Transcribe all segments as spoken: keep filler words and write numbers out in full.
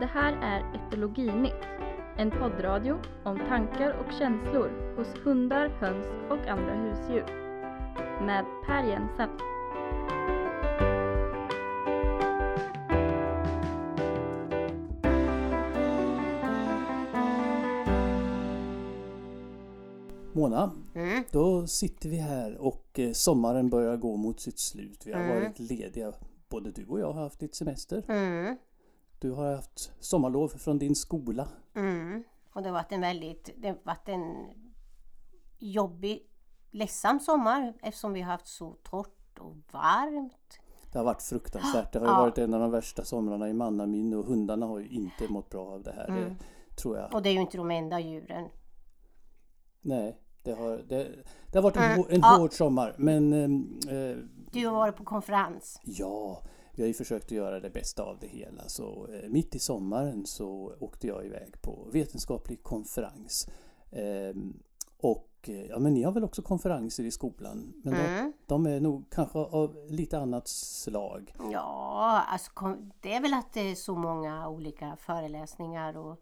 Det här är Etologinytt, en poddradio om tankar och känslor hos hundar, höns och andra husdjur. Med Per Jensen. Mona, Mm. då sitter vi här och eh, sommaren börjar gå mot sitt slut. Vi har Mm. varit lediga, både du och jag har haft lite semester. Mm. Du har haft sommarlov från din skola. Mm. Och det har varit en väldigt, det har varit en jobbig, ledsam sommar eftersom vi har haft så torrt och varmt. Det har varit fruktansvärt. Det har ju Ja. varit en av de värsta somrarna i mannaminne och hundarna har ju inte mått bra av det här. Mm. Det tror jag. Och det är ju inte de enda djuren. Nej, det har, det, det har varit en, Mm. hår, en Ja. hård sommar. Men eh, Du har varit på konferens. ja, vi har ju försökt att göra det bästa av det hela. Så eh, mitt i sommaren så åkte jag iväg på vetenskaplig konferens. Eh, och eh, ja, men ni har väl också konferenser i skolan? Men Mm. de, de är nog kanske av lite annat slag. Ja, alltså kom- det är väl att det är så många olika föreläsningar och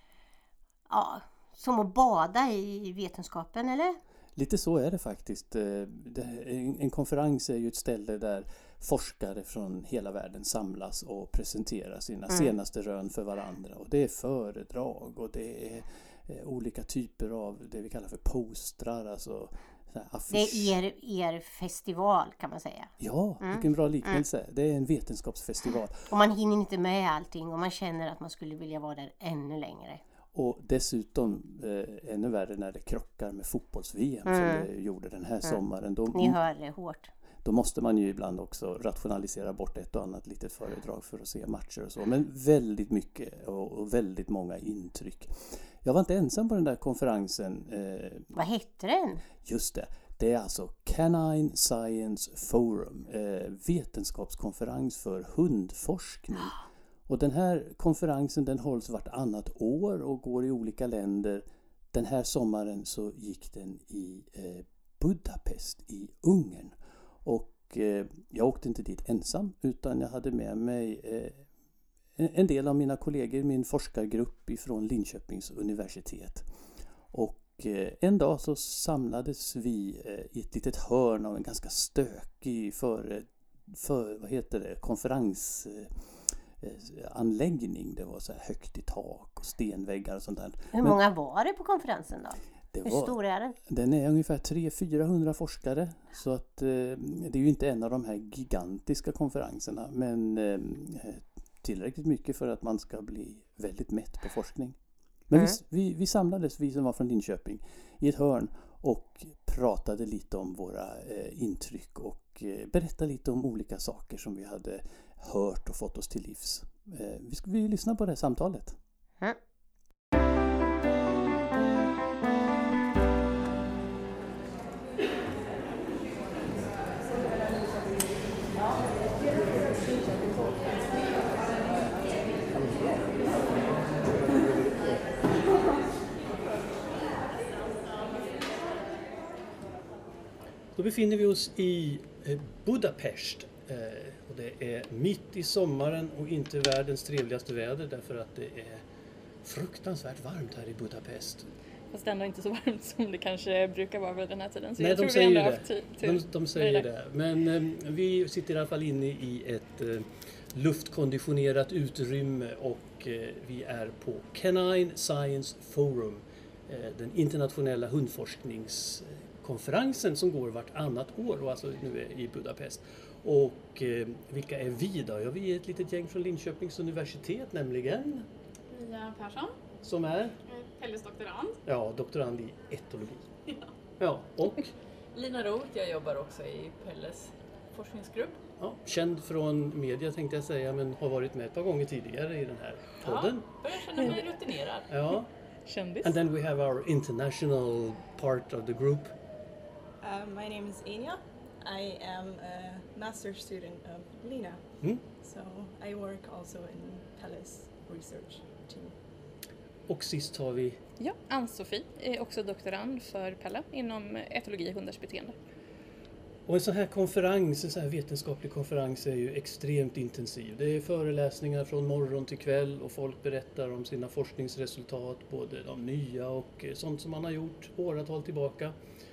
ja, som att bada i vetenskapen, eller? Lite så är det faktiskt. Eh, det, en, en konferens är ju ett ställe där forskare från hela världen samlas och presenterar sina Mm. senaste rön för varandra. Och det är föredrag och det är eh, olika typer av det vi kallar för postrar, alltså så här affisch. Det är er, er festival kan man säga. Ja, vilken bra liknelse. Det är en vetenskapsfestival. Och man hinner inte med allting och man känner att man skulle vilja vara där ännu längre. Och dessutom eh, ännu värre när det krockar med fotbolls-V M Mm. som det gjorde den här sommaren. Då, Ni hör det hårt. då måste man ju ibland också rationalisera bort ett och annat litet föredrag för att se matcher och så. Men väldigt mycket och, och väldigt många intryck. Jag var inte ensam på den där konferensen. Eh, Vad hette den? just det. Det är alltså Canine Science Forum. Eh, vetenskapskonferens för hundforskning. Och den här konferensen den hålls vartannat år och går i olika länder. Den här sommaren så gick den i eh, Budapest i Ungern. Och eh, jag åkte inte dit ensam utan jag hade med mig eh, en- en del av mina kollegor, min forskargrupp ifrån Linköpings universitet. Och eh, en dag så samlades vi eh, i ett litet hörn av en ganska stökig för, för vad heter det, konferens eh, anläggning. Det var så här högt i tak och stenväggar och sånt där. Hur Men många var det på konferensen då? det Hur var, stor är den? den är ungefär tre till fyrahundra forskare. Så att eh, det är ju inte en av de här gigantiska konferenserna. Men eh, tillräckligt mycket för att man ska bli väldigt mätt på forskning. Men Mm. vi, vi, vi samlades, vi som var från Linköping, i ett hörn och pratade lite om våra eh, intryck och eh, berättade lite om olika saker som vi hade hört och fått oss till livs. Eh, vi ska vi lyssna på det här samtalet. Mm. Då befinner vi oss i eh, Budapest eh, och det är mitt i sommaren och inte världens trevligaste väder därför att det är fruktansvärt varmt här i Budapest. Fast ändå inte så varmt som det kanske brukar vara vid den här tiden. Så Nej, jag de tror säger vi ändå det. har haft tur. De, de säger det. Men eh, vi sitter i alla fall inne i ett eh, luftkonditionerat utrymme och eh, vi är på Canine Science Forum, eh, den internationella hundforskningskonferensen som går vartannat år och alltså nu är i Budapest. Och eh, vilka är vi då? Ja, vi är ett litet gäng från Linköpings universitet nämligen, Mia Persson, som är Pelles doktorand. ja, doktorand i etologi. Ja, och Lina Roth, jag jobbar också i Pelles forskningsgrupp. ja, känd från media tänkte jag säga, men har varit med ett par gånger tidigare i den här podden. Ja, börjar känna mig rutinerad. Ja. Kändis. And then we have our international part of the group. Uh, my name is Enya. I am a master student of Lina. Mm. So I work also in Pelles research team. Och sist har vi Ja, Ann-Sofie är också doktorand för Pelle inom etologi och hundars beteende. Och en sån här konferens, en sån här vetenskaplig konferens är ju extremt intensiv. Det är föreläsningar från morgon till kväll och folk berättar om sina forskningsresultat, både de nya och sånt som man har gjort åratal tillbaka.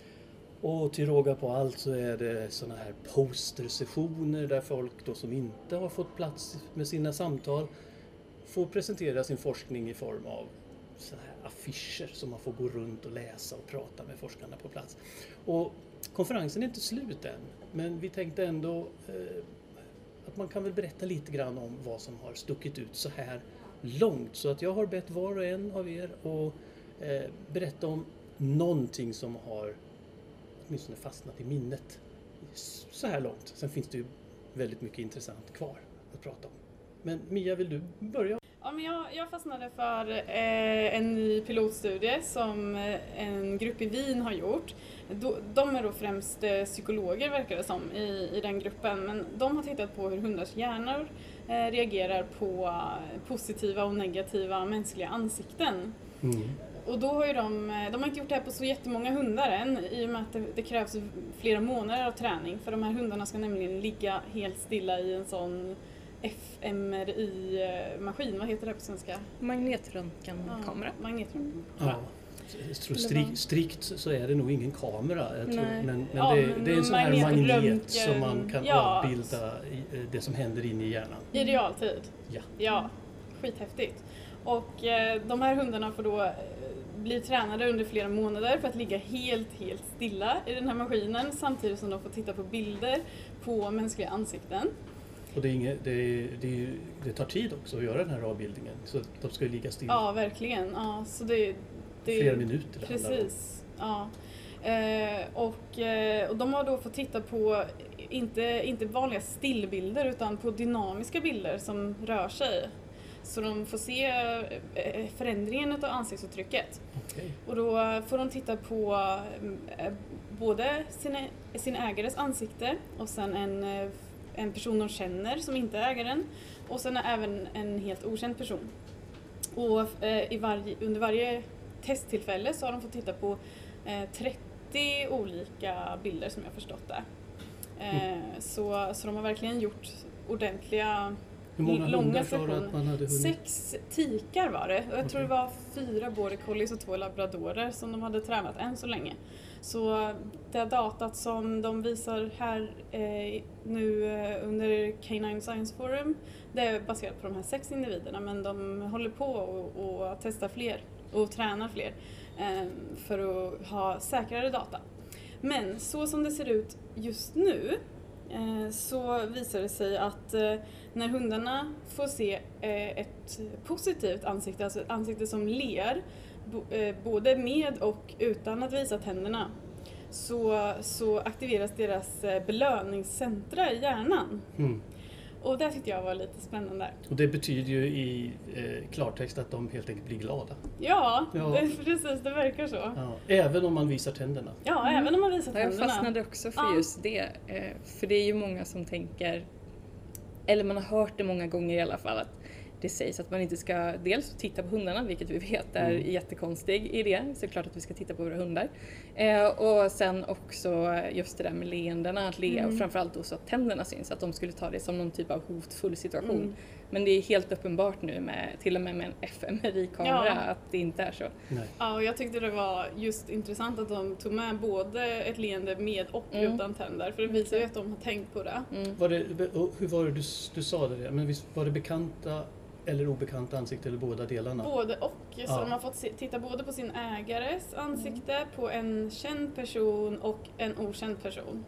Och till råga på allt så är det såna här postersessioner där folk då som inte har fått plats med sina samtal får presentera sin forskning i form av såna här affischer som man får gå runt och läsa och prata med forskarna på plats. Och konferensen är inte slut än, men vi tänkte ändå eh, att man kan väl berätta lite grann om vad som har stuckit ut så här långt. Så att jag har bett var och en av er att eh, berätta om någonting som har åtminstone fastnat i minnet så här långt. Sen finns det ju väldigt mycket intressant kvar att prata om. Men Mia, vill du börja? Ja, men jag, jag fastnade för eh, en ny pilotstudie som eh, en grupp i Wien har gjort. Do, de är då främst eh, psykologer verkar det som i, i den gruppen, men de har tittat på hur hundars hjärnor eh, reagerar på eh, positiva och negativa mänskliga ansikten. Mm. Och då har ju de, de har inte gjort det här på så jättemånga hundar än, i och med att det, det krävs flera månader av träning, för de här hundarna ska nämligen ligga helt stilla i en sån F M R I-maskin, vad heter det på svenska? Magnetröntgenkamera. Ja, magnetröntgenkamera. Ja. Jag tror strikt, strikt så är det nog ingen kamera, jag tror, men, men, ja, det, det är en sån här magnet som man kan ja. avbilda i, det som händer inne i hjärnan. I realtid? Ja. Ja, skithäftigt. Och eh, de här hundarna får då bli tränade under flera månader för att ligga helt, helt stilla i den här maskinen, samtidigt som de får titta på bilder på mänskliga ansikten. Och det, är inget, det, det, det tar tid också att göra den här avbildningen, så de ska ju ligga stilla. Ja, verkligen. Ja, så det, det, flera minuter det precis. Ja. Eh, och, eh, och de har då fått titta på inte, inte vanliga stillbilder utan på dynamiska bilder som rör sig. Så de får se eh, förändringen av ansiktsuttrycket. Okay. Och då får de titta på eh, både sin, sin ägares ansikte och sen en, en person de känner som inte är ägaren. Och sen även en helt okänd person. Och eh, i varje, under varje testtillfälle så har de fått titta på eh, trettio olika bilder som jag har förstått det. Eh, mm. så, så de har verkligen gjort ordentliga, hur många långa sa du att man hade hunnit? Sex tikar var det. Och jag okay. tror det var fyra border collies och två labradorer som de hade tränat än så länge. Så det datat som de visar här eh, nu eh, under Canine Science Forum, det är baserat på de här sex individerna, men de håller på och, och testar fler och tränar fler eh, för att ha säkrare data. Men så som det ser ut just nu eh, så visar det sig att eh, när hundarna får se eh, ett positivt ansikte, alltså ett ansikte som ler, bo, eh, både med och utan att visa tänderna, så, så aktiveras deras belöningscentra i hjärnan. Mm. Och det tyckte jag var lite spännande. Och det betyder ju i eh, klartext att de helt enkelt blir glada. Ja, ja. Det, precis, det verkar så. Ja, även om man visar tänderna. Ja, mm. även om man visar tänderna. Jag fastnade också för ja. just det. Eh, för det är ju många som tänker, eller man har hört det många gånger i alla fall, att det sägs att man inte ska dels titta på hundarna, vilket vi vet är en mm. jättekonstig idé. Så klart att vi ska titta på våra hundar. Eh, och sen också just det där med leendena, att le, mm. och framförallt också att tänderna syns. Att de skulle ta det som någon typ av hotfull situation. Mm. Men det är helt uppenbart nu, med, till och med med en F M R I-kamera, ja. att det inte är så. Nej. Ja, och jag tyckte det var just intressant att de tog med både ett leende med och mm. utan tänder. För det visar ju att de har tänkt på det. Mm. Var det hur var det du, du sa det? Men visst, var det bekanta eller obekanta ansikte eller båda delarna? Både och. Så ja. de har fått se, titta både på sin ägares ansikte, mm. på en känd person och en okänd person.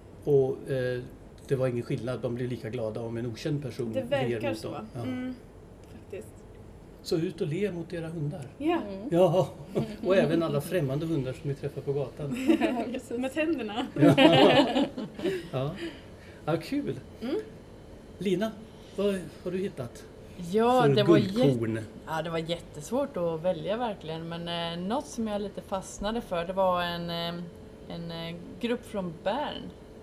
Och eh, det var ingen skillnad, de blir lika glada om en okänd person det verkar ler mot så. dem. Ja. Mm, faktiskt. Så ut och le mot era hundar. Ja. Mm. Ja, och även alla främmande hundar som ni träffar på gatan. Ja, med tänderna. Ja, ja. Ja, kul. Mm. Lina, vad har du hittat? Ja, för det var, guldkorn? jät- ja, det var jättesvårt att välja verkligen. Men eh, något som jag lite fastnade för, det var en, eh, en eh, grupp från Bern.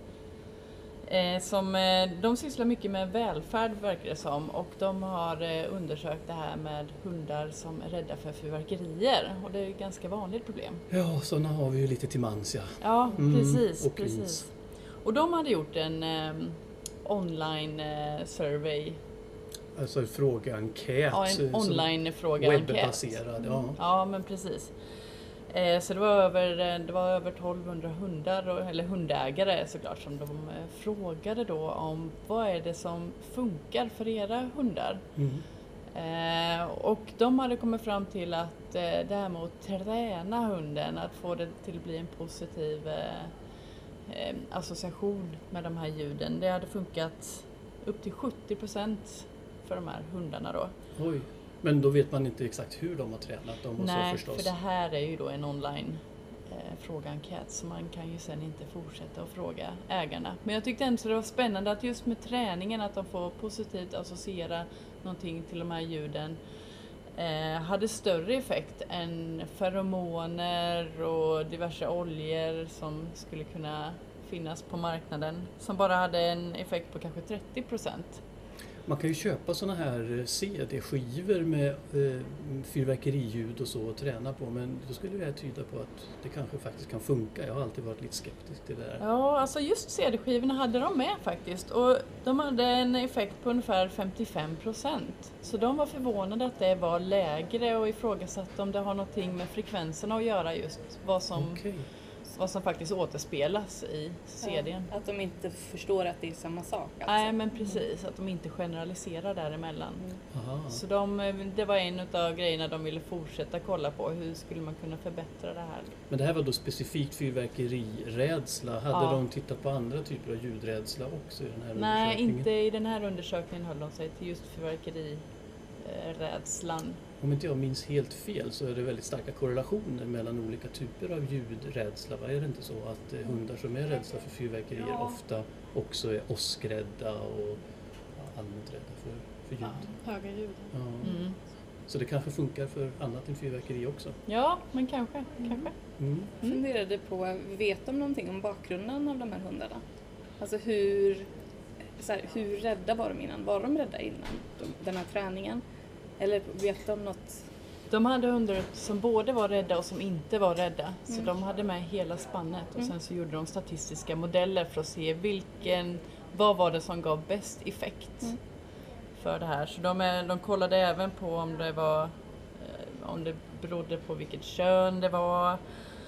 Eh, som, eh, de sysslar mycket med välfärd verkar det som, och de har eh, undersökt det här med hundar som är rädda för fyrverkerier, och det är ett ganska vanligt problem. Ja, sådana har vi ju lite till mans, ja. Ja, mm, precis. och precis. Och de hade gjort en eh, online eh, survey. Alltså en frågeenkät. Ja, en online frågeenkät. Webbaserad, ja. Ja, men precis. Eh, så det var över, det var över tolvhundra hundar, eller hundägare såklart, som de eh, frågade då om vad är det som funkar för era hundar. Mm. Eh, och de hade kommit fram till att eh, det här med att träna hunden, att få det till att bli en positiv eh, eh, association med de här ljuden, det hade funkat upp till sjuttio procent för de här hundarna då. Oj, men då vet man inte exakt hur de har tränat dem och Nej, så förstås. för det här är ju då en online eh, frågeenkät, så man kan ju sen inte fortsätta att fråga ägarna. Men jag tyckte ändå det var spännande att just med träningen, att de får positivt associera någonting till de här ljuden, eh, hade större effekt än feromoner och diverse oljor som skulle kunna finnas på marknaden, som bara hade en effekt på kanske trettio procent. Man kan ju köpa såna här C D-skivor med eh, fyrverkeriljud och så och träna på, men då skulle det tyda på att det kanske faktiskt kan funka. Jag har alltid varit lite skeptisk till det där. Ja, alltså just C D-skivorna hade de med faktiskt, och de hade en effekt på ungefär femtiofem procent. Så de var förvånade att det var lägre och ifrågasatte om det har någonting med frekvenserna att göra, just vad som... Okay. vad som faktiskt återspelas i C D:n. Ja, att de inte förstår att det är samma sak. Alltså. Nej, men precis. Att de inte generaliserar däremellan. Aha. Så de, det var en av grejerna de ville fortsätta kolla på. Hur skulle man kunna förbättra det här? Men det här var då specifikt fyrverkerirädsla. Hade Ja. de tittat på andra typer av ljudrädsla också i den här Nej, undersökningen? inte i den här undersökningen höll de sig till just fyrverkerirädslan. Om inte jag minns helt fel så är det väldigt starka korrelationer mellan olika typer av ljudrädsla. Vad är det inte så att eh, hundar som är rädda för fyrverkerier Ja. ofta också är åskrädda och ja, allmänt rädda för, för ljud? Höga ljud. Ja. Mm. Så det kanske funkar för annat än fyrverkeri också? Ja, men kanske. kanske. Mm. Jag funderade på, vet de någonting om bakgrunden av de här hundarna? Alltså hur, så här, hur rädda var de innan? Var de rädda innan de, den här träningen? Eller vet de något? De hade hundar som både var rädda och som inte var rädda. Så Mm. de hade med hela spannet. Och Mm. sen så gjorde de statistiska modeller för att se vilken, vad var det som gav bäst effekt Mm. för det här. Så de, är, de kollade även på om det var eh, om det berodde på vilket kön det var.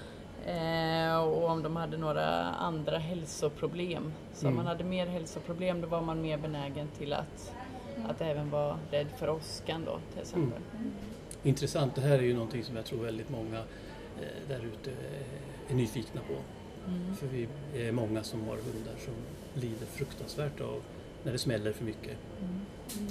Eh, och om de hade några andra hälsoproblem. Så Mm. om man hade mer hälsoproblem, då var man mer benägen till att, att även vara rädd för åskan då, till exempel. Intressant, det här är ju någonting som jag tror väldigt många eh, där ute eh, är nyfikna på. Mm. För vi är många som har hundar som lider fruktansvärt av när det smäller för mycket. Mm.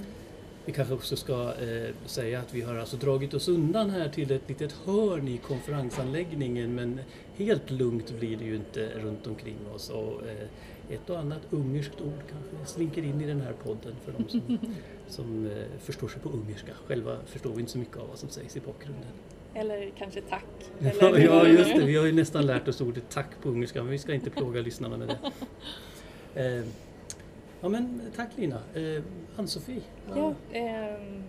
Vi kanske också ska eh, säga att vi har alltså dragit oss undan här till ett litet hörn i konferensanläggningen, men helt lugnt blir det ju inte runt omkring oss. Och, eh, ett och annat ungerskt ord kanske slinker in i den här podden för de som, som eh, förstår sig på ungerska. Själva förstår vi inte så mycket av vad som sägs i bakgrunden. Eller kanske tack? Ja, Eller ja, just det. Vi har ju nästan lärt oss ordet tack på ungerska, men vi ska inte plåga lyssnarna med det. Eh, ja, men tack Lina. Eh, Ann-Sofie? Ja, ehm,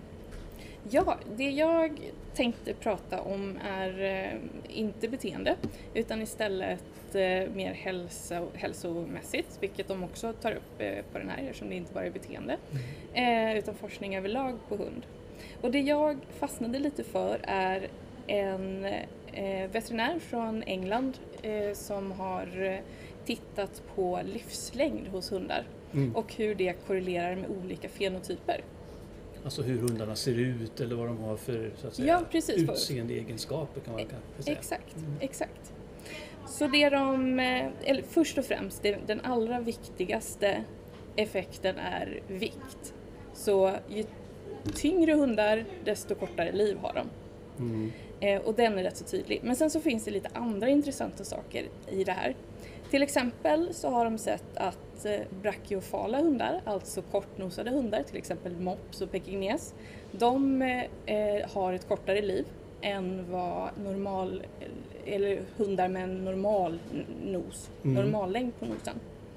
ja, det jag tänkte prata om är eh, inte beteende utan istället eh, mer hälso, hälsomässigt, vilket de också tar upp eh, på den här eftersom det inte bara är beteende eh, utan forskning överlag på hund. Och det jag fastnade lite för är en eh, veterinär från England eh, som har eh, tittat på livslängd hos hundar. Mm. Och hur det korrelerar med olika fenotyper. Alltså hur hundarna ser ut eller vad de har för så att säga, Ja, precis. utseendeegenskaper kan man kanske säga. Exakt, Mm. exakt. Så det de, eh, eller först och främst, det, den allra viktigaste effekten är vikt. Så ju tyngre hundar, desto kortare liv har de. Mm. Eh, och den är rätt så tydlig. Men sen så finns det lite andra intressanta saker i det här. Till exempel så har de sett att eh, brachiofala hundar, alltså kortnosade hundar, till exempel mops och pekingnes, de eh, har ett kortare liv än vad normal, eller hundar med en normal nos, Mm. normallängd på nosen.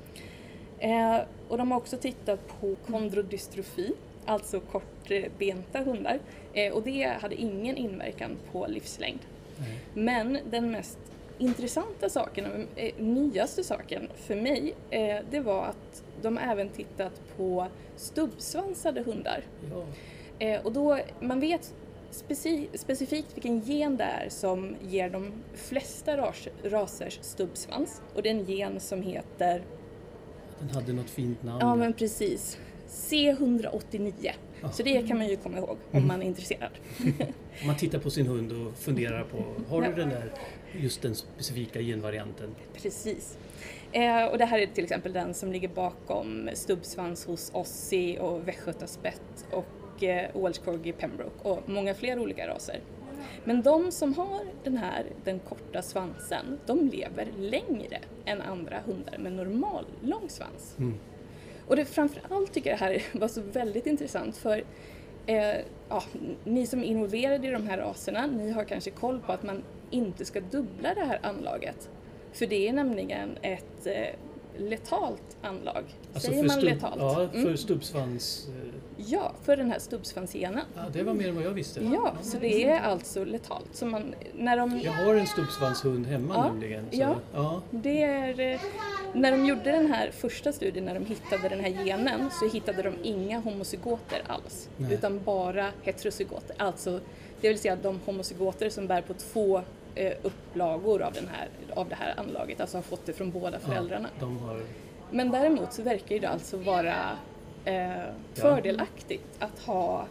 Eh, och de har också tittat på kondrodystrofi, alltså kortbenta hundar, eh, och det hade ingen inverkan på livslängd. Nej. Men den mest intressanta saken, eh, nyaste saken för mig, eh, det var att de även tittat på stubbsvansade hundar. Ja. Eh, och då, man vet speci- specifikt vilken gen det är som ger de flesta ras- rasers stubbsvans. Och det är en gen som heter, Den hade något fint namn. ja men precis, C ett åtta nio. Ja. Så det kan man ju komma ihåg om Mm. man är intresserad. Om man tittar på sin hund och funderar på, har du Ja. den där, just den specifika genvarianten? Precis. Eh, och det här är till exempel den som ligger bakom stubbsvans hos Ossie och västgötaspett och eh, Welsh Corgi Pembroke och många fler olika raser. Men de som har den här, den korta svansen, de lever längre än andra hundar med normal lång svans. Mm. Och det framförallt tycker jag det här var så väldigt intressant för eh, ja, ni som är involverade i de här raserna, ni har kanske koll på att man inte ska dubbla det här anlaget. För det är nämligen ett eh, letalt anlag. Alltså Säger för man stubb- letalt? Ja, för Mm. stubbsvans... eh, Ja, för den här stubbsvansgenen. Ja, det var mer än vad jag visste. Ja, så det är alltså letalt. Så man, när de, Jag har en stubbsvanshund hemma Ja, nämligen. Så, ja. ja. det är, eh, när de gjorde den här första studien, när de hittade den här genen, så hittade de inga homozygoter alls. Nej. Utan bara heterozygoter. Alltså, det vill säga de homozygoter som bär på två eh, upplagor av, den här, av det här anlaget. Alltså har fått det från båda föräldrarna. Ja, de har... Men däremot så verkar det alltså vara eh, fördelaktigt att ha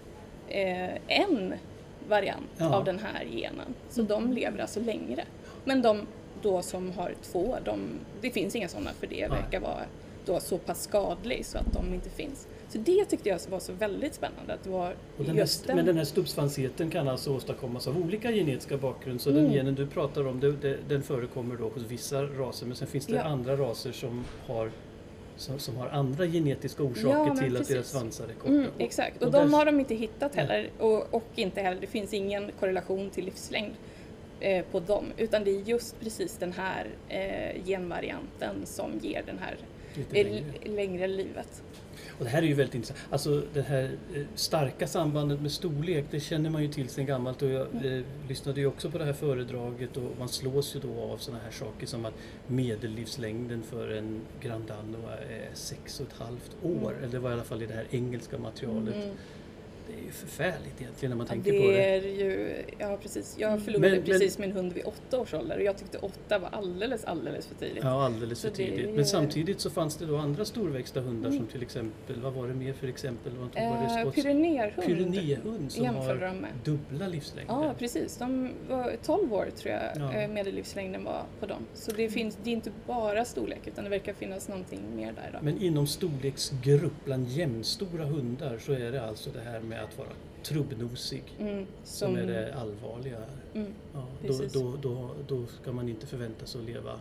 eh, en variant Ja. av den här genen. Så de lever alltså längre. Men de då som har två, de, det finns inga sådana för det Nej. verkar vara då så pass skadlig så att de inte finns. Så det tyckte jag var så väldigt spännande att det var Och den just här, men den här stubbsvansheten kan alltså åstadkommas av olika genetiska bakgrund. Så Mm. den genen du pratar om, det, det, den förekommer då hos vissa raser. Men sen finns det Ja. andra raser som har, som, som har andra genetiska orsaker Ja, men till att precis. deras svansar är korta. Mm, Och- exakt, och, och de där- har de inte hittat heller och, och inte heller, det finns ingen korrelation till livslängd eh, på dem, utan det är just precis den här eh, genvarianten som ger den här Lite eh, längre. l- längre livet. Och det här är ju väldigt intressant. Alltså det här eh, starka sambandet med storlek, det känner man ju till sedan gammalt. Och jag eh, lyssnade ju också på det här föredraget och man slås ju då av sådana här saker som att medellivslängden för en Grand Dano är sex och ett halvt år. Mm. Eller det var i alla fall i det här engelska materialet. Mm. Det är ju förfärligt egentligen när man Ja, tänker det på det. är ju, ja precis, jag förlorade Men- men- precis min hund vid åtta års ålder och jag tyckte åtta var alldeles, alldeles för tidigt. Ja, alldeles för Så det är tidigt. ju- Men samtidigt så fanns det då andra storväxta hundar Mm. som till exempel, vad var det mer för exempel? Man tog, var det Eh, skotsk- Pyrenéhund Pyrenéhund som jämförde har de med. dubbla livslängder. Ja, precis. De var tolv år tror jag Ja. eh, medellivslängden var på dem. Så det, finns, det är inte bara storlek utan det verkar finnas någonting mer där då. Men inom storleksgrupp bland jämnstora hundar så är det alltså det här med att vara trubbnosig Mm, som, är det allvarliga. Mm, Ja, då, precis. då, då, då ska man inte förvänta sig att leva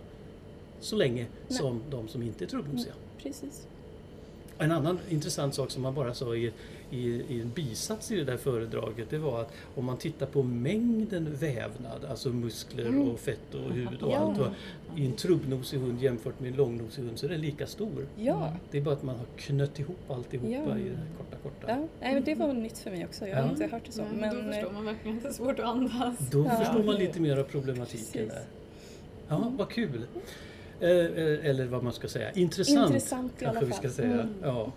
så länge Nej. som de som inte är trubbnosiga. precis. En annan intressant sak som man bara sa i, i, i en bisats i det där föredraget, det var att om man tittar på mängden vävnad, alltså muskler Mm. och fett och hud och Ja. allt, va, i en trubbnosig hund jämfört med en långnosig hund så är den lika stor. Ja, Det är bara att man har knött ihop alltihopa Ja. i det här korta korta. ja. Nej, men det var nytt för mig också. Jag har Ja. inte hört det så. Nej, Men, då förstår eh, man verkligen att det är svårt att andas. Då Ja. förstår man lite mer av problematiken Precis. där. Ja, vad kul! Eh, eh, eller vad man ska säga, intressant, Intressant i kanske alla vi fall. ska säga. Mm. Ja.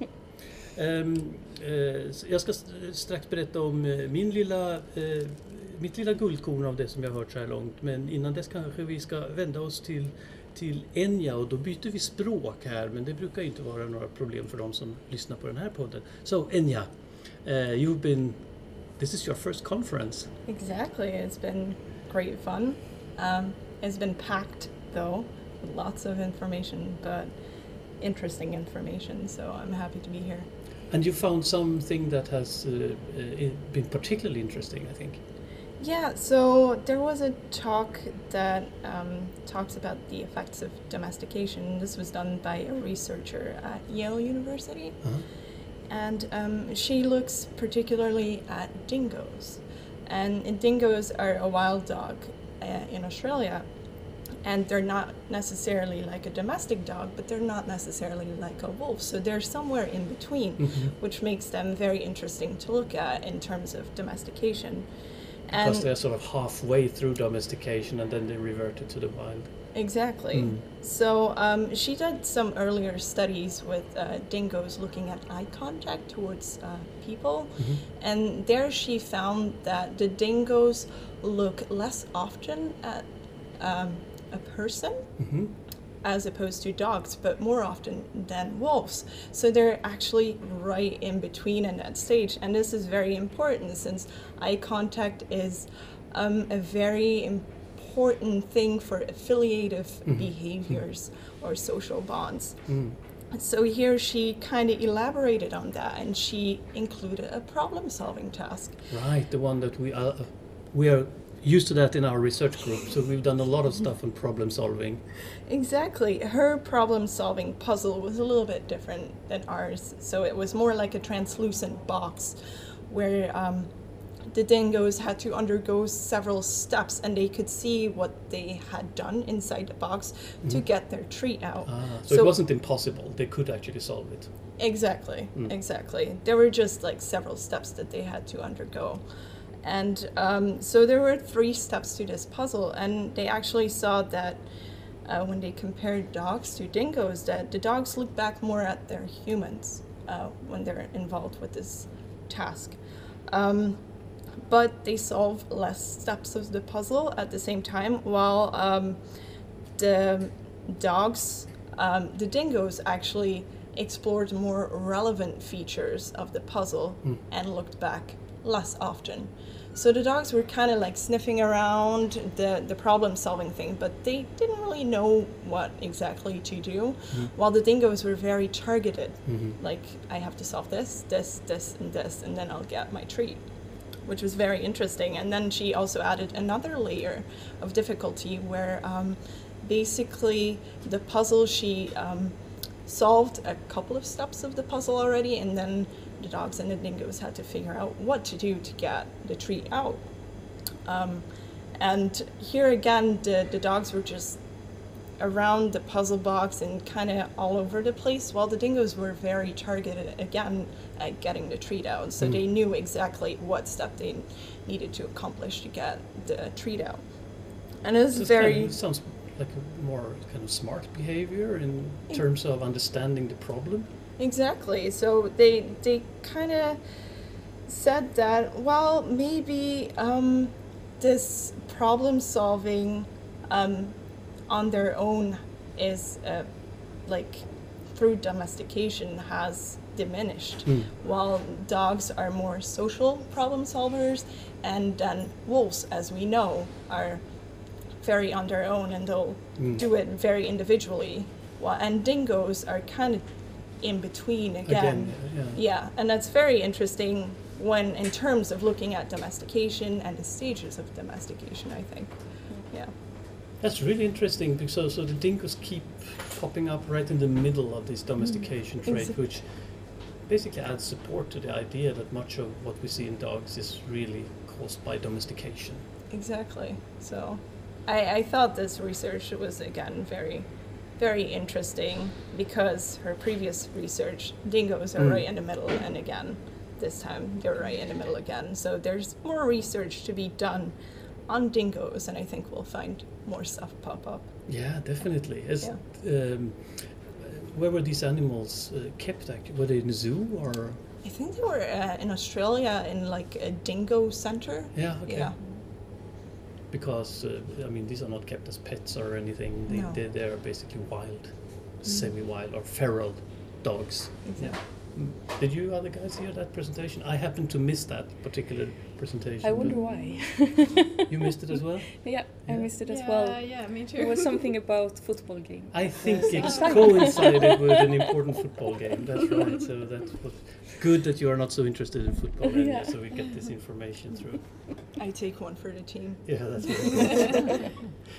Ehm, eh, så jag ska st- strax berätta om eh, min lilla, eh, mitt lilla guldkorn av det som jag har hört så här långt. Men innan dess kanske vi ska vända oss till, till Enya och då byter vi språk här. Men det brukar ju inte vara några problem för de som lyssnar på den här podden. So Enya, uh, you've been, this is your first conference. Exactly. It's been great fun. Um, it's been packed though with lots of information, but interesting information. So I'm happy to be here. And you found something that has uh, uh, been particularly interesting, I think. Yeah, so there was a talk that um, talks about the effects of domestication. This was done by a researcher at Yale University. Uh-huh. And um, she looks particularly at dingoes. And dingoes are a wild dog uh, in Australia. And they're not necessarily like a domestic dog, but they're not necessarily like a wolf. So they're somewhere in between, Mhm. which makes them very interesting to look at in terms of domestication. Because And they're sort of halfway through domestication and then they reverted to the wild. exactly. Mm. So um, she did some earlier studies with uh, dingoes looking at eye contact towards uh, people. Mhm. And there she found that the dingoes look less often at um, a person Mhm. as opposed to dogs, but more often than wolves. So they're actually right in between in that stage. And this is very important since eye contact is um, a very important thing for affiliative Mhm. behaviors or social bonds. Mm. So here she kind of elaborated on that, and she included a problem-solving task. Right, the one that we are, we are used to that in our research group. So we've done a lot of stuff on problem solving. Exactly. Her problem-solving puzzle was a little bit different than ours. So it was more like a translucent box where um, the dingoes had to undergo several steps, and they could see what they had done inside the box to Mhm. get their treat out. Ah, so, So- it wasn't impossible. They could actually solve it. Exactly, Mm. exactly. There were just like several steps that they had to undergo. And um, so there were three steps to this puzzle, and they actually saw that uh, when they compared dogs to dingoes, that the dogs look back more at their humans uh, when they're involved with this task. Um, but they solve less steps of the puzzle at the same time, while um, the dogs, um, the dingoes actually explored more relevant features of the puzzle Mm. and looked back less often. So the dogs were kind of like sniffing around the, the problem solving thing, but they didn't really know what exactly to do, Mhm. while the dingoes were very targeted. Mhm. Like, I have to solve this, this, this, and this, and then I'll get my treat, which was very interesting. And then she also added another layer of difficulty where um, basically the puzzle, she um, solved a couple of steps of the puzzle already, and then the dogs and the dingoes had to figure out what to do to get the treat out. Um, and here again, the, the dogs were just around the puzzle box and kind of all over the place, while the dingoes were very targeted again at getting the treat out. So Mm. they knew exactly what step they needed to accomplish to get the treat out. And it was So it's very... kind of, it sounds like a more kind of smart behavior in terms of understanding the problem. Exactly. So they they kind of said that, well, maybe um, this problem solving um, on their own is uh, like through domestication has diminished, Mm. while dogs are more social problem solvers, and then wolves, as we know, are very on their own and they'll Mm. do it very individually. While, and dingoes are kind of in between again. Again, yeah. Yeah, and that's very interesting when in terms of looking at domestication and the stages of domestication, I think. Yeah. That's really interesting because so the dingoes keep popping up right in the middle of this domestication trait, Exact- which basically adds support to the idea that much of what we see in dogs is really caused by domestication. Exactly. So I, I thought this research was again very very interesting because her previous research, dingoes are Mm. right in the middle, and again, this time they're right in the middle again. So there's more research to be done on dingoes, and I think we'll find more stuff pop up. Yeah, definitely. As, um, where were these animals uh, kept? Actually? Were they in a zoo or? I think they were uh, in Australia in like a dingo center. Yeah, okay. Yeah. Because uh, I mean, these are not kept as pets or anything. They No. they, they are basically wild, semi-wild or feral dogs. Exactly. Mm. Did you other guys hear that presentation? I happened to miss that particular presentation. I wonder why. You missed it as well? Yeah, I Yeah. missed it as yeah, well. Yeah, me too. It was something about football game. I think Yes. it coincided with an important football game. That's right. So that's what, good that you are not so interested in football anymore, Yeah. so we get this information through. I take one for the team. Yeah, that's right.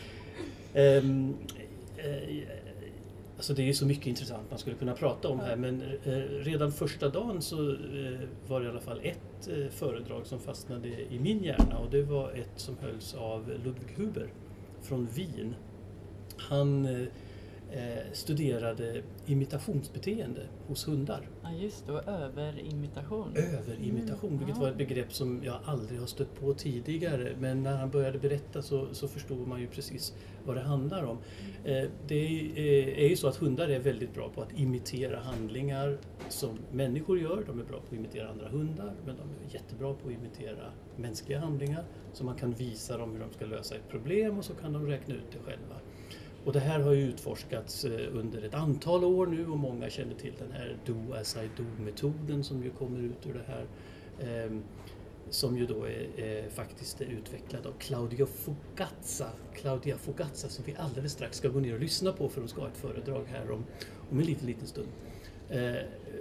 um, eh, alltså det är så mycket intressant man skulle kunna prata om här, men eh, redan första dagen så eh, var det i alla fall ett eh, föredrag som fastnade i min hjärna, och det var ett som hölls av Ludwig Huber från Wien. Han eh, eh, studerade imitationsbeteende hos hundar. Ja just det, och överimitation. Överimitation, vilket var ett begrepp som jag aldrig har stött på tidigare. Men när han började berätta så, så förstod man ju precis vad det handlar om. Eh, det är, är ju så att hundar är väldigt bra på att imitera handlingar som människor gör. De är bra på att imitera andra hundar, men de är jättebra på att imitera mänskliga handlingar. Så man kan visa dem hur de ska lösa ett problem och så kan de räkna ut det själva. Och det här har ju utforskats under ett antal år nu och många känner till den här do as I do-metoden som ju kommer ut ur det här. Eh, som ju då är, är faktiskt är utvecklad av Claudia Fugazza. Claudia Fugazza som vi alldeles strax ska gå ner och lyssna på för de ska ha ett föredrag här om, om en liten, liten stund. Eh,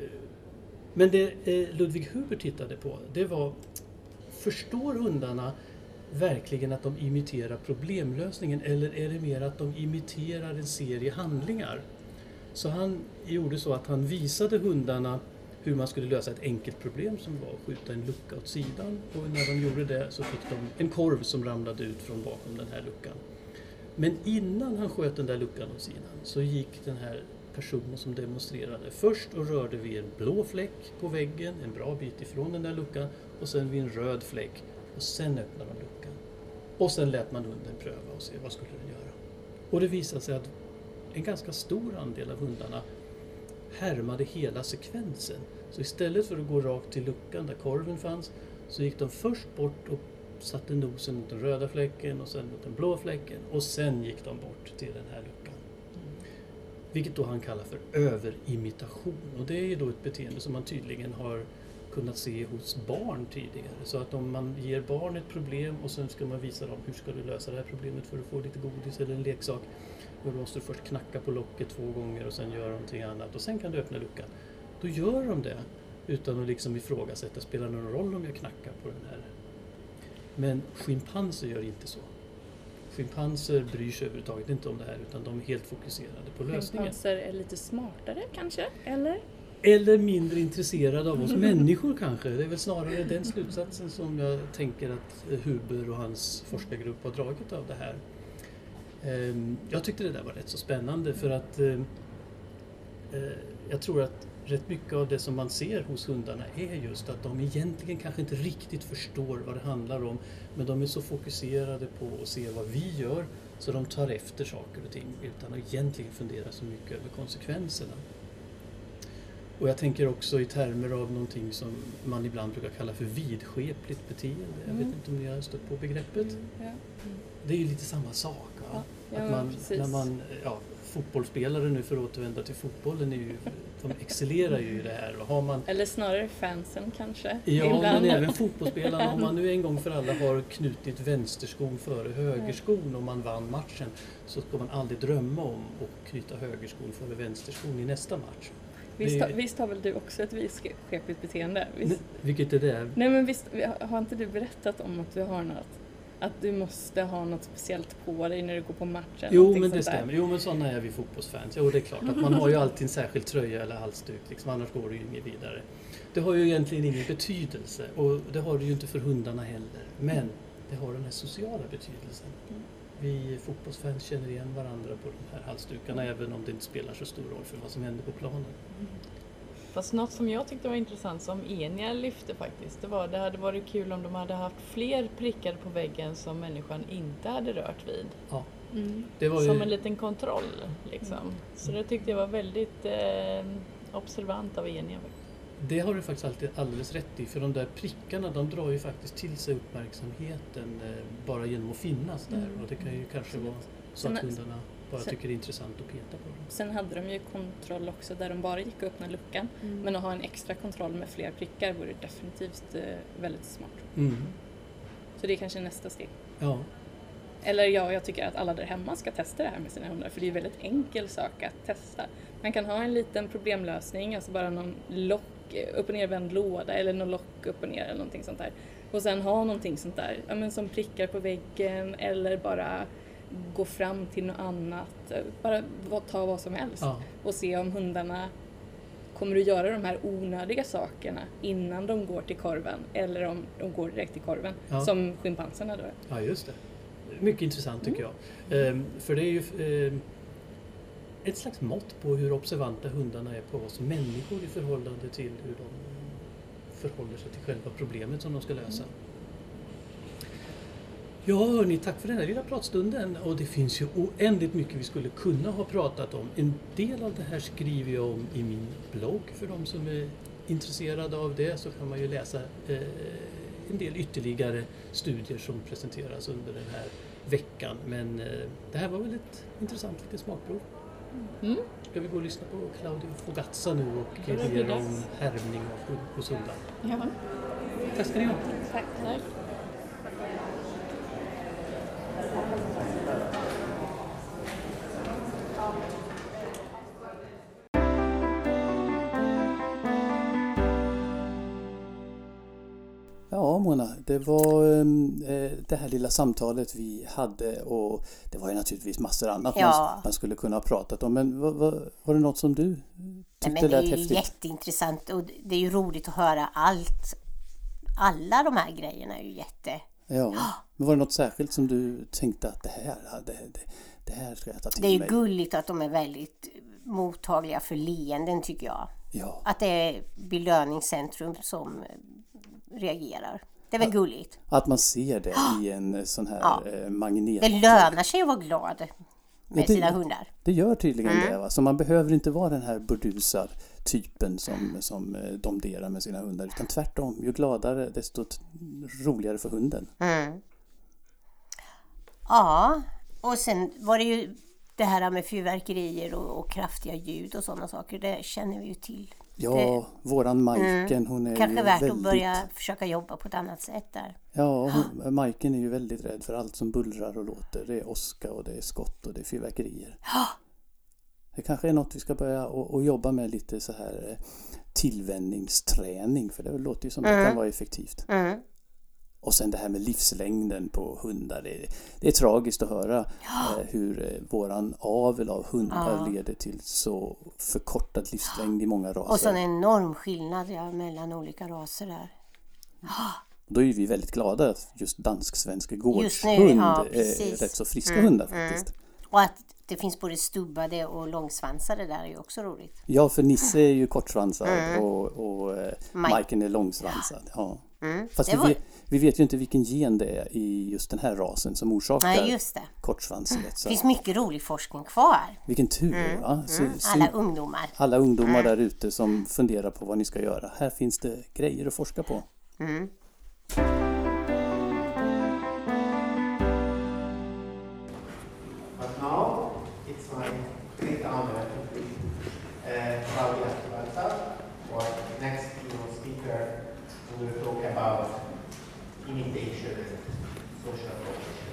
men det eh, Ludwig Huber tittade på, det var, förstår hundarna verkligen att de imiterar problemlösningen eller är det mer att de imiterar en serie handlingar? Så han gjorde så att han visade hundarna hur man skulle lösa ett enkelt problem som var att skjuta en lucka åt sidan och när de gjorde det så fick de en korv som ramlade ut från bakom den här luckan. Men innan han sköt den där luckan åt sidan så gick den här personen som demonstrerade först och rörde vid en blå fläck på väggen en bra bit ifrån den där luckan och sen vid en röd fläck och sen öppnade de luckan. Och sen lät man hunden pröva och se vad skulle den göra. Och det visade sig att en ganska stor andel av hundarna härmade hela sekvensen. Så istället för att gå rakt till luckan där korven fanns så gick de först bort och satte nosen mot den röda fläcken och sen mot den blå fläcken och sen gick de bort till den här luckan. Vilket då han kallar för överimitation. Och det är ju då ett beteende som man tydligen har kunnat se hos barn tidigare. Så att om man ger barn ett problem och sen ska man visa dem hur ska du lösa det här problemet för att få lite godis eller en leksak. Då måste du först knacka på locket två gånger och sen göra någonting annat och sen kan du öppna luckan. Då gör de det utan att liksom ifrågasätta, spelar det någon roll om jag knackar på den här? Men schimpanser gör inte så. Schimpanser bryr sig överhuvudtaget inte om det här utan de är helt fokuserade på lösningen. Schimpanser är lite smartare kanske, eller? Eller mindre intresserade av oss människor kanske. Det är väl snarare den slutsatsen som jag tänker att Huber och hans forskargrupp har dragit av det här. Jag tyckte det där var rätt så spännande för att jag tror att rätt mycket av det som man ser hos hundarna är just att de egentligen kanske inte riktigt förstår vad det handlar om, men de är så fokuserade på att se vad vi gör så de tar efter saker och ting utan att egentligen fundera så mycket över konsekvenserna. Och jag tänker också i termer av någonting som man ibland brukar kalla för vidskepligt beteende. Jag vet inte om ni har stött på begreppet. Mm, ja. Mm. Det är ju lite samma sak. Va? Ja, att man, precis. när man, ja, fotbollsspelare nu för att återvända till fotbollen, är ju, de excellerar ju i det här. Och har man, eller snarare fansen kanske. ja, ibland. men även fotbollsspelarna. Om man nu en gång för alla har knutit vänsterskon före högerskon och man vann matchen så ska man aldrig drömma om att knyta högerskon före vänsterskon i nästa match. Visst, har, visst har väl du också ett vidskepligt beteende? Visst? Vilket är det? Nej men visst, har inte du berättat om att du har något? Att du måste ha något speciellt på dig när du går på matchen? Jo men det stämmer, jo men sådana är vi fotbollsfans. Jo det är klart att man har ju alltid en särskild tröja eller halsduk, liksom, annars går det ju inget vidare. Det har ju egentligen ingen betydelse och det har det ju inte för hundarna heller. Men det har den här sociala betydelsen. Vi fotbollsfans känner igen varandra på de här halsdukarna även om det inte spelar så stor roll för vad som händer på planen. Fast något som jag tyckte var intressant som Enya lyfte faktiskt, det var det hade varit kul om de hade haft fler prickar på väggen som människan inte hade rört vid. Ja. Mm. Det var ju... Som en liten kontroll liksom. Mm. Så det tyckte jag var väldigt eh, observant av Enya. Det har du faktiskt alltid alldeles rätt i, för de där prickarna de drar ju faktiskt till sig uppmärksamheten eh, bara genom att finnas där. Mm. Och det kan ju kanske vara så sen, att hundarna bara sen, tycker det är intressant att peta på dem. Sen hade de ju kontroll också där de bara gick och öppnade luckan. Mm. Men att ha en extra kontroll med fler prickar vore definitivt eh, väldigt smart. Mm. Så det är kanske nästa steg. Ja. Eller ja, jag tycker att alla där hemma ska testa det här med sina hundar. För det är en väldigt enkel sak att testa. Man kan ha en liten problemlösning, alltså bara någon lock, upp och nervänd låda eller någon lock upp och ner eller någonting sånt där. Och sen ha någonting sånt där, ja, men som prickar på väggen eller bara gå fram till något annat. Bara ta vad som helst Ja. och se om hundarna kommer att göra de här onödiga sakerna innan de går till korven eller om de går direkt till korven, Ja. som schimpanserna då. Ja, just det. Mycket intressant tycker jag. Ehm, för det är ju... Ehm, ett slags mått på hur observanta hundarna är på oss människor i förhållande till hur de förhåller sig till själva problemet som de ska lösa. Ja, hörni, tack för den här lilla pratstunden. Och det finns ju oändligt mycket vi skulle kunna ha pratat om. En del av det här skriver jag om i min blogg. För de som är intresserade av det så kan man ju läsa eh, en del ytterligare studier som presenteras under den här veckan. Men eh, det här var väl ett intressant litet smakprov. Mm. Ska vi gå och lyssna på Claudia Fogazza nu och mer om härmning av hos hundar? Ja. Tack ska ni ha. Tack. Tack. Ja, Mona, det var eh, det här lilla samtalet vi hade och det var ju naturligtvis massor annat ja. man, man skulle kunna ha pratat om. Men var, var, var det något som du tyckte Nej, men lät det är häftigt? ju jätteintressant och det är ju roligt att höra allt. Alla de här grejerna är ju jätte... Ja, men var det något särskilt som du tänkte att det här, det, det, det här ska jag ta till mig? Det är mig? gulligt att de är väldigt mottagliga för leenden tycker jag. Ja. Att det är belöningscentrum som reagerar. Det är väl att, gulligt. Att man ser det i en sån här ja. magnet. Det lönar sig att vara glad med ja, det, sina hundar. Det gör tydligen mm. det. Va? Så man behöver inte vara den här burdusar typen som, som domderar med sina hundar. Utan tvärtom, ju gladare desto roligare för hunden. Mm. Ja, och sen var det ju det här med fyrverkerier och, och kraftiga ljud och sådana saker. Det känner vi ju till. Ja, det, våran Majken, mm, hon är kanske ju värt väldigt... att börja försöka jobba på ett annat sätt där. Ja, hon, Majken är ju väldigt rädd för allt som bullrar och låter. Det är åska och det är skott och det är fyrverkerier. Ja. Det kanske är något vi ska börja och, och jobba med lite så här tillvänjningsträning. För det låter ju som mm. det kan vara effektivt. Mm. Och sen det här med livslängden på hundar. Det är, det är tragiskt att höra ja. eh, hur eh, våran avel av hundar ja. leder till så förkortad livslängd i många raser. Och så en enorm skillnad ja, mellan olika raser där. Ja. Då är vi väldigt glada att just dansk-svenska gårdshund ja, är rätt så friska mm. hundar faktiskt. Mm. Och att det finns både stubbade och långsvansade där är ju också roligt. Ja, för Nisse är ju kortsvansad mm. och, och eh, Mike. Majken är långsvansad. Ja. Mm. Fast vi, var... vet, vi vet ju inte vilken gen det är i just den här rasen som orsakar Nej, just det. kortsvansighet. Så. Det finns mycket rolig forskning kvar. Vilken tur, mm. va? Så, mm. Alla så, ungdomar. Alla ungdomar mm. där ute som funderar på vad ni ska göra. Här finns det grejer att forska på. Mm. But now it's my great honor to greet uh, Claudia Fogazza, our next keynote speaker, who will talk about imitation and social cognition.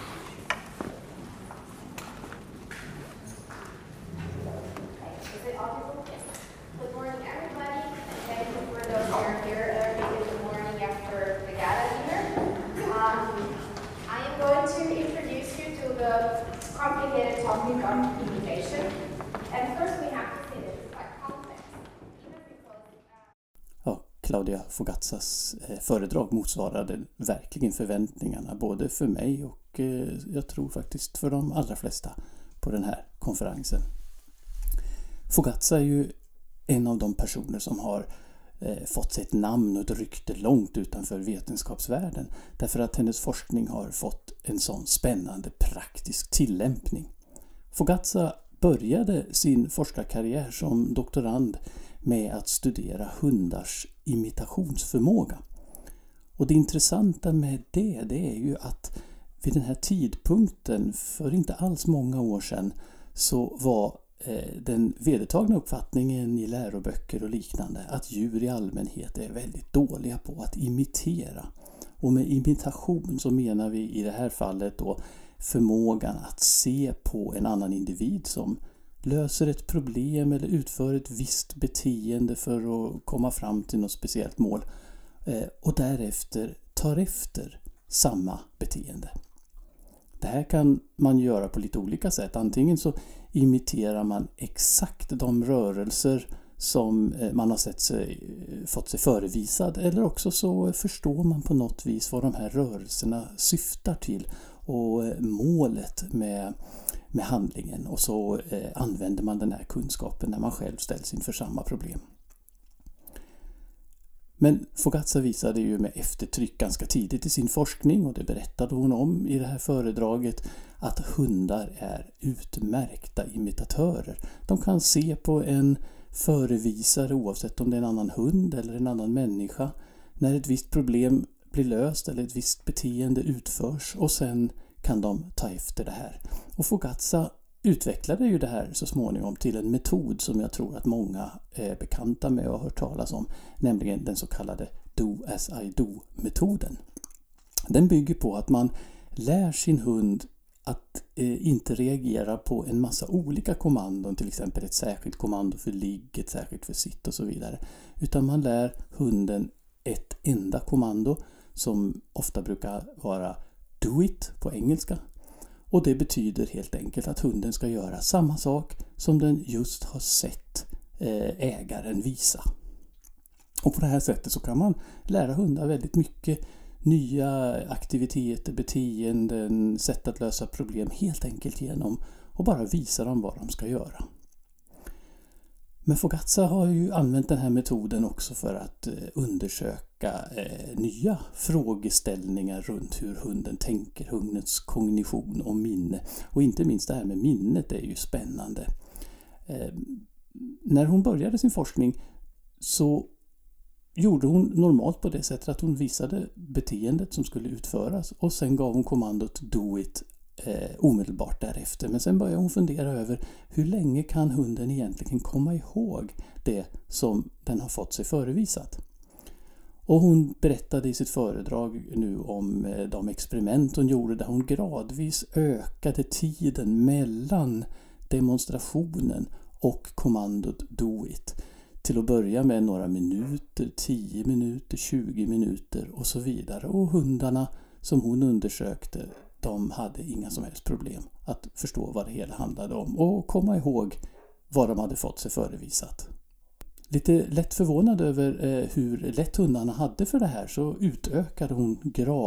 Is it audible? Yes. Good morning, everybody, and thank you for those who are here early in the morning after the gala dinner. Um, I am going to introduce you to the complicated topic of imitation. And first we have to say that it's quite complex. Even because, uh... Ja, Claudia Fogazzas föredrag motsvarade verkligen förväntningarna både för mig och eh, jag tror faktiskt för de allra flesta på den här konferensen. Fogazza är ju en av de personer som har eh, fått sig ett namn och ett rykte långt utanför vetenskapsvärlden därför att hennes forskning har fått en sån spännande praktisk tillämpning. Fogazza började sin forskarkarriär som doktorand med att studera hundars imitationsförmåga. Och det intressanta med det, det är ju att vid den här tidpunkten, för inte alls många år sedan, så var eh, den vedertagna uppfattningen i läroböcker och liknande att djur i allmänhet är väldigt dåliga på att imitera. Och med imitation så menar vi i det här fallet då förmågan att se på en annan individ som löser ett problem eller utför ett visst beteende för att komma fram till något speciellt mål och därefter tar efter samma beteende. Det här kan man göra på lite olika sätt. Antingen så imiterar man exakt de rörelser som man har sett sig, fått sig förevisad eller också så förstår man på något vis vad de här rörelserna syftar till och målet med, med handlingen, och så eh, använder man den här kunskapen när man själv ställs inför samma problem. Men Fogazza visade ju med eftertryck ganska tidigt i sin forskning, och det berättade hon om i det här föredraget, att hundar är utmärkta imitatörer. De kan se på en förevisare, oavsett om det är en annan hund eller en annan människa, när ett visst problem blir löst eller ett visst beteende utförs, och sen kan de ta efter det här. Och Fogazza utvecklade ju det här så småningom till en metod som jag tror att många är bekanta med och har hört talas om, nämligen den så kallade Do as I do-metoden. Den bygger på att man lär sin hund att eh, inte reagera på en massa olika kommandon, till exempel ett särskilt kommando för ligg, ett särskilt för sitt och så vidare, utan man lär hunden ett enda kommando som ofta brukar vara do it på engelska. Och det betyder helt enkelt att hunden ska göra samma sak som den just har sett ägaren visa. Och på det här sättet så kan man lära hundar väldigt mycket nya aktiviteter, beteenden, sätt att lösa problem helt enkelt genom att bara visa dem vad de ska göra. Men Fogazza har ju använt den här metoden också för att undersöka eh, nya frågeställningar runt hur hunden tänker, hundens kognition och minne. Och inte minst det här med minnet är ju spännande. Eh, när hon började sin forskning så gjorde hon normalt på det sättet att hon visade beteendet som skulle utföras, och sen gav hon kommandot do it Eh, omedelbart därefter. Men sen börjar hon fundera över hur länge kan hunden egentligen komma ihåg det som den har fått sig förevisat. Och hon berättade i sitt föredrag nu om eh, de experiment hon gjorde där hon gradvis ökade tiden mellan demonstrationen och kommandot do it. Till att börja med några minuter, tio minuter, tjugo minuter och så vidare. Och hundarna som hon undersökte, de hade inga som helst problem att förstå vad det hela handlade om och komma ihåg vad de hade fått sig förevisat. Lite lätt förvånad över eh, hur lätt hundarna hade för det här, så utökade hon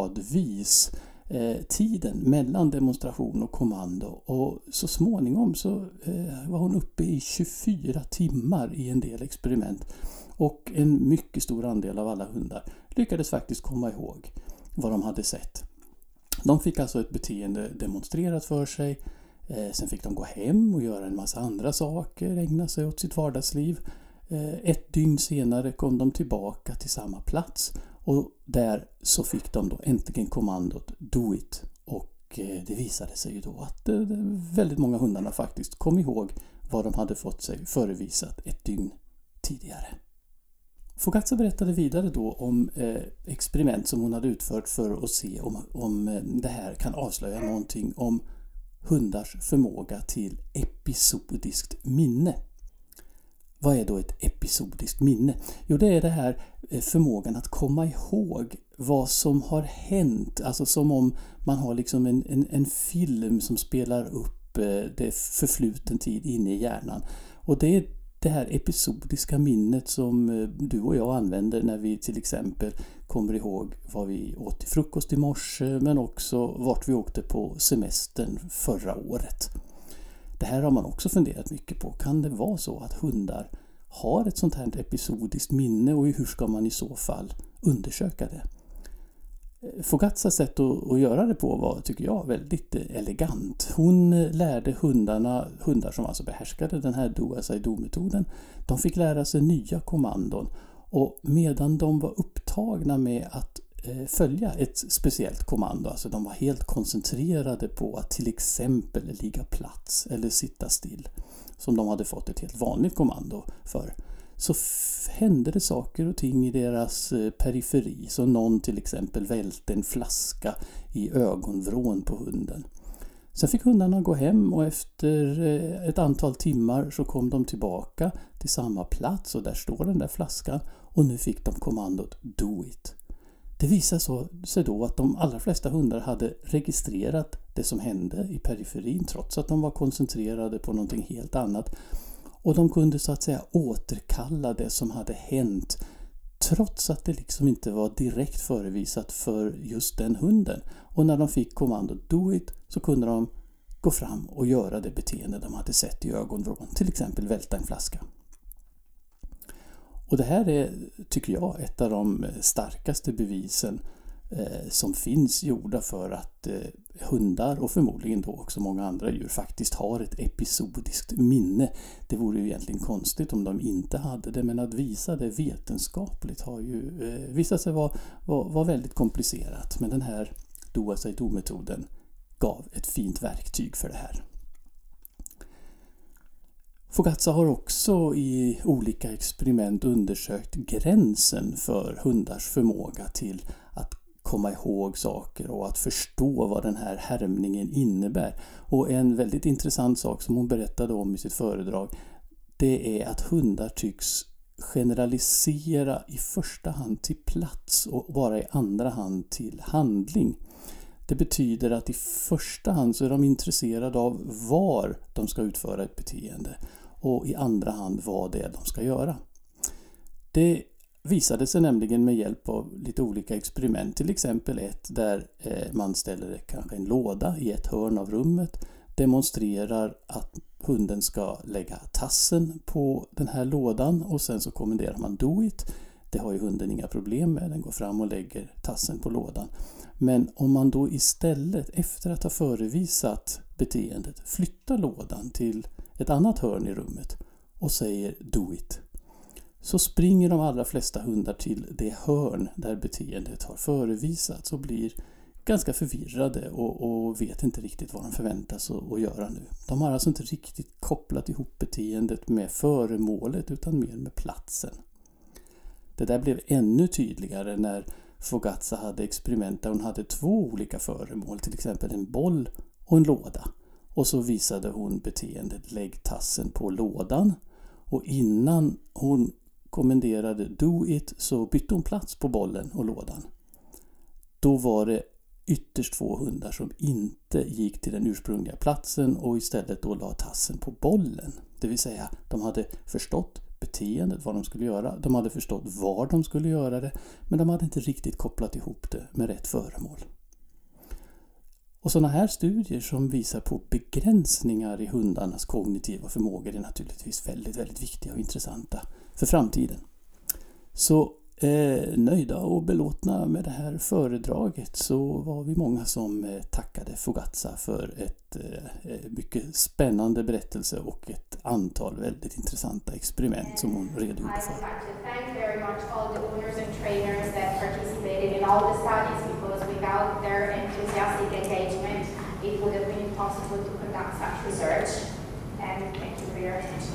gradvis eh, tiden mellan demonstration och kommando, och så småningom så eh, var hon uppe i tjugofyra timmar i en del experiment, och en mycket stor andel av alla hundar lyckades faktiskt komma ihåg vad de hade sett. De fick alltså ett beteende demonstrerat för sig, eh, sen fick de gå hem och göra en massa andra saker, ägna sig åt sitt vardagsliv. Eh, ett dygn senare kom de tillbaka till samma plats, och där så fick de då äntligen kommandot do it, och eh, det visade sig ju då att eh, väldigt många hundarna faktiskt kom ihåg vad de hade fått sig förevisat ett dygn tidigare. Fogazza berättade vidare då om eh, experiment som hon hade utfört för att se om, om eh, det här kan avslöja någonting om hundars förmåga till episodiskt minne. Vad är då ett episodiskt minne? Jo, det är det här eh, förmågan att komma ihåg vad som har hänt. Alltså som om man har liksom en, en, en film som spelar upp eh, det förfluten tid inne i hjärnan. Och det är det här episodiska minnet som du och jag använder när vi till exempel kommer ihåg vad vi åt till frukost i morse, men också vart vi åkte på semestern förra året. Det här har man också funderat mycket på. Kan det vara så att hundar har ett sånt här episodiskt minne, och hur ska man i så fall undersöka det? Fogazzas sätt att, att göra det på var, tycker jag, väldigt elegant. Hon lärde hundarna, hundar som alltså behärskade den här do as I do-metoden, de fick lära sig nya kommandon, och medan de var upptagna med att eh, följa ett speciellt kommando, alltså de var helt koncentrerade på att till exempel ligga plats eller sitta still, som de hade fått ett helt vanligt kommando för, så f- hände det saker och ting i deras eh, periferi. Så någon till exempel välte en flaska i ögonvrån på hunden. Sen fick hundarna gå hem, och efter eh, ett antal timmar så kom de tillbaka till samma plats, och där står den där flaskan, och nu fick de kommandot do it. Det visade sig då att de allra flesta hundar hade registrerat det som hände i periferin, trots att de var koncentrerade på någonting helt annat. Och de kunde så att säga återkalla det som hade hänt trots att det liksom inte var direkt förevisat för just den hunden. Och när de fick kommando do it så kunde de gå fram och göra det beteende de hade sett i ögonvrån, till exempel välta en flaska. Och det här är, tycker jag, ett av de starkaste bevisen eh, som finns gjorda för att eh, hundar och förmodligen då också många andra djur faktiskt har ett episodiskt minne. Det vore ju egentligen konstigt om de inte hade det, men att visa det vetenskapligt har ju eh, visat sig vara var, var väldigt komplicerat. Men den här do-as-I-do-metoden gav ett fint verktyg för det här. Fogazza har också i olika experiment undersökt gränsen för hundars förmåga till att komma ihåg saker och att förstå vad den här härmningen innebär. Och en väldigt intressant sak som hon berättade om i sitt föredrag, det är att hundar tycks generalisera i första hand till plats och bara i andra hand till handling. Det betyder att i första hand så är de intresserade av var de ska utföra ett beteende och i andra hand vad det är de ska göra. Det visade sig nämligen med hjälp av lite olika experiment, till exempel ett där man ställer kanske en låda i ett hörn av rummet, demonstrerar att hunden ska lägga tassen på den här lådan och sen så kommenderar man do it. Det har ju hunden inga problem med, den går fram och lägger tassen på lådan. Men om man då istället efter att ha förevisat beteendet flyttar lådan till ett annat hörn i rummet och säger do it, så springer de allra flesta hundar till det hörn där beteendet har förevisats och blir ganska förvirrade och, och vet inte riktigt vad de förväntas att göra nu. De har alltså inte riktigt kopplat ihop beteendet med föremålet utan mer med platsen. Det där blev ännu tydligare när Fogazza hade experiment där hon hade två olika föremål, till exempel en boll och en låda. Och så visade hon beteendet lägg tassen på lådan och innan hon kommenderade do it så bytte hon plats på bollen och lådan. Då var det ytterst få hundar som inte gick till den ursprungliga platsen och istället då la tassen på bollen. Det vill säga, de hade förstått beteendet, vad de skulle göra. De hade förstått var de skulle göra det, men de hade inte riktigt kopplat ihop det med rätt föremål. Och sådana här studier som visar på begränsningar i hundarnas kognitiva förmågor är naturligtvis väldigt, väldigt viktiga och intressanta för framtiden. Så eh, nöjda och belåtna med det här föredraget så var vi många som eh, tackade Fogazza för ett eh, mycket spännande berättelse och ett antal väldigt intressanta experiment som hon redogjorde för. It would have been impossible to conduct such research, and thank you for your attention.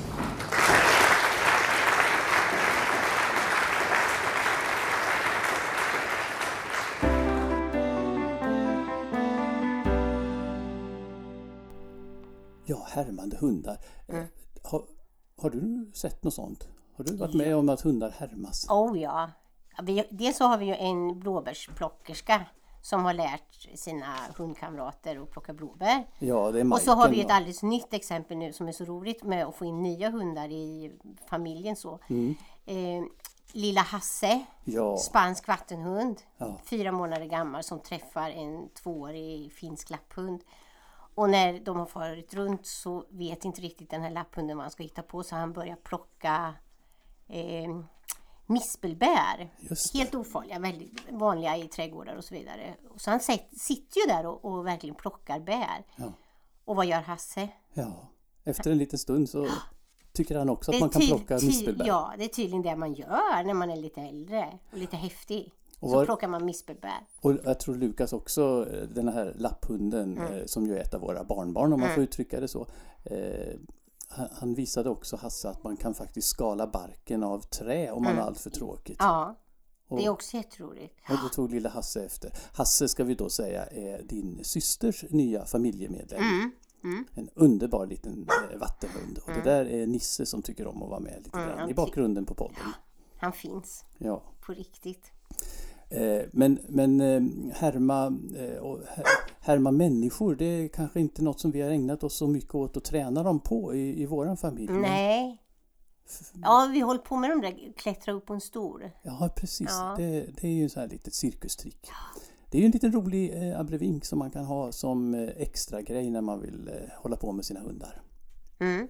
Ja, härmande hundar. Mm. Har, har du sett något sånt? Har du varit med om att hundar härmas? Oh ja. Vi, dels så har vi ju en blåbärsplockerska som har lärt sina hundkamrater att plocka blåbär. Ja, det är Majken, och så har vi ett alldeles nytt exempel nu som är så roligt med att få in nya hundar i familjen. Så. Mm. Eh, lilla Hasse, ja. Spansk vattenhund, ja. fyra månader gammal som träffar en tvåårig finsk lapphund. Och när de har farit runt så vet inte riktigt den här lapphunden vad han ska hitta på, så han börjar plocka eh, mispelbär. Helt ofarliga, väldigt vanliga i trädgårdar och så vidare. Och så han sitter ju där och, och verkligen plockar bär. Ja. Och vad gör Hasse? Ja, efter en liten stund så tycker han också att man kan plocka mispelbär. Ja, det är tydligen det man gör när man är lite äldre och lite häftig. Och var, så plockar man mispelbär. Och jag tror Lukas också, den här lapphunden mm. som ju är ett av våra barnbarn om man mm. får uttrycka det så. Eh, han visade också Hasse att man kan faktiskt skala barken av trä om man mm. har allt för tråkigt. Ja, och, det är också jätteroligt. Och då tog lilla Hasse efter. Hasse ska vi då säga är din systers nya familjemedlem. Mm. Mm. En underbar liten eh, vattenhund. Och mm. det där är Nisse som tycker om att vara med lite mm. grann i bakgrunden på podden. Ja, han finns. Ja. På riktigt. Eh, men men eh, härma, eh, och härma människor, det är kanske inte något som vi har ägnat oss så mycket åt att träna dem på i, i våran familj. Nej, Ja, vi håller på med de där, klättra upp på en stol. Ja, precis. Ja. Det, det är ju så här litet cirkustrick. Ja. Det är ju en liten rolig eh, abbrevink som man kan ha som eh, extra grej när man vill eh, hålla på med sina hundar. Mm.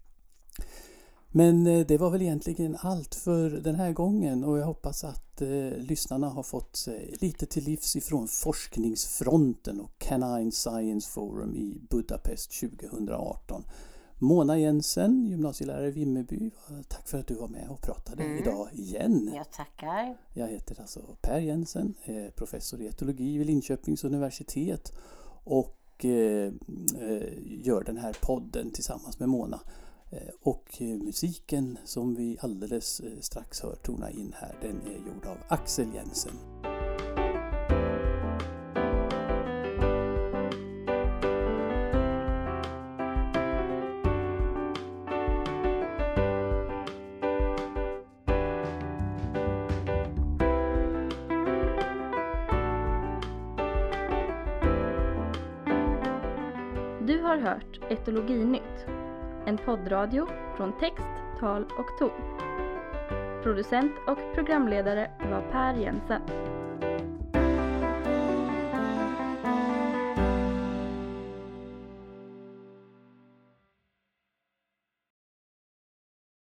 Men eh, det var väl egentligen allt för den här gången och jag hoppas att eh, lyssnarna har fått sig lite till livs ifrån forskningsfronten och Canine Science Forum i Budapest tjugohundraarton. Mona Jensen, gymnasielärare i Vimmerby, tack för att du var med och pratade mm. idag igen. Jag tackar. Jag heter alltså Per Jensen, professor i etologi vid Linköpings universitet och eh, gör den här podden tillsammans med Mona. Och musiken som vi alldeles strax hör tona in här, den är gjord av Axel Jensen. Du har hört Etologinytt, en poddradio från text, tal och ton. Producent och programledare var Per Jensen.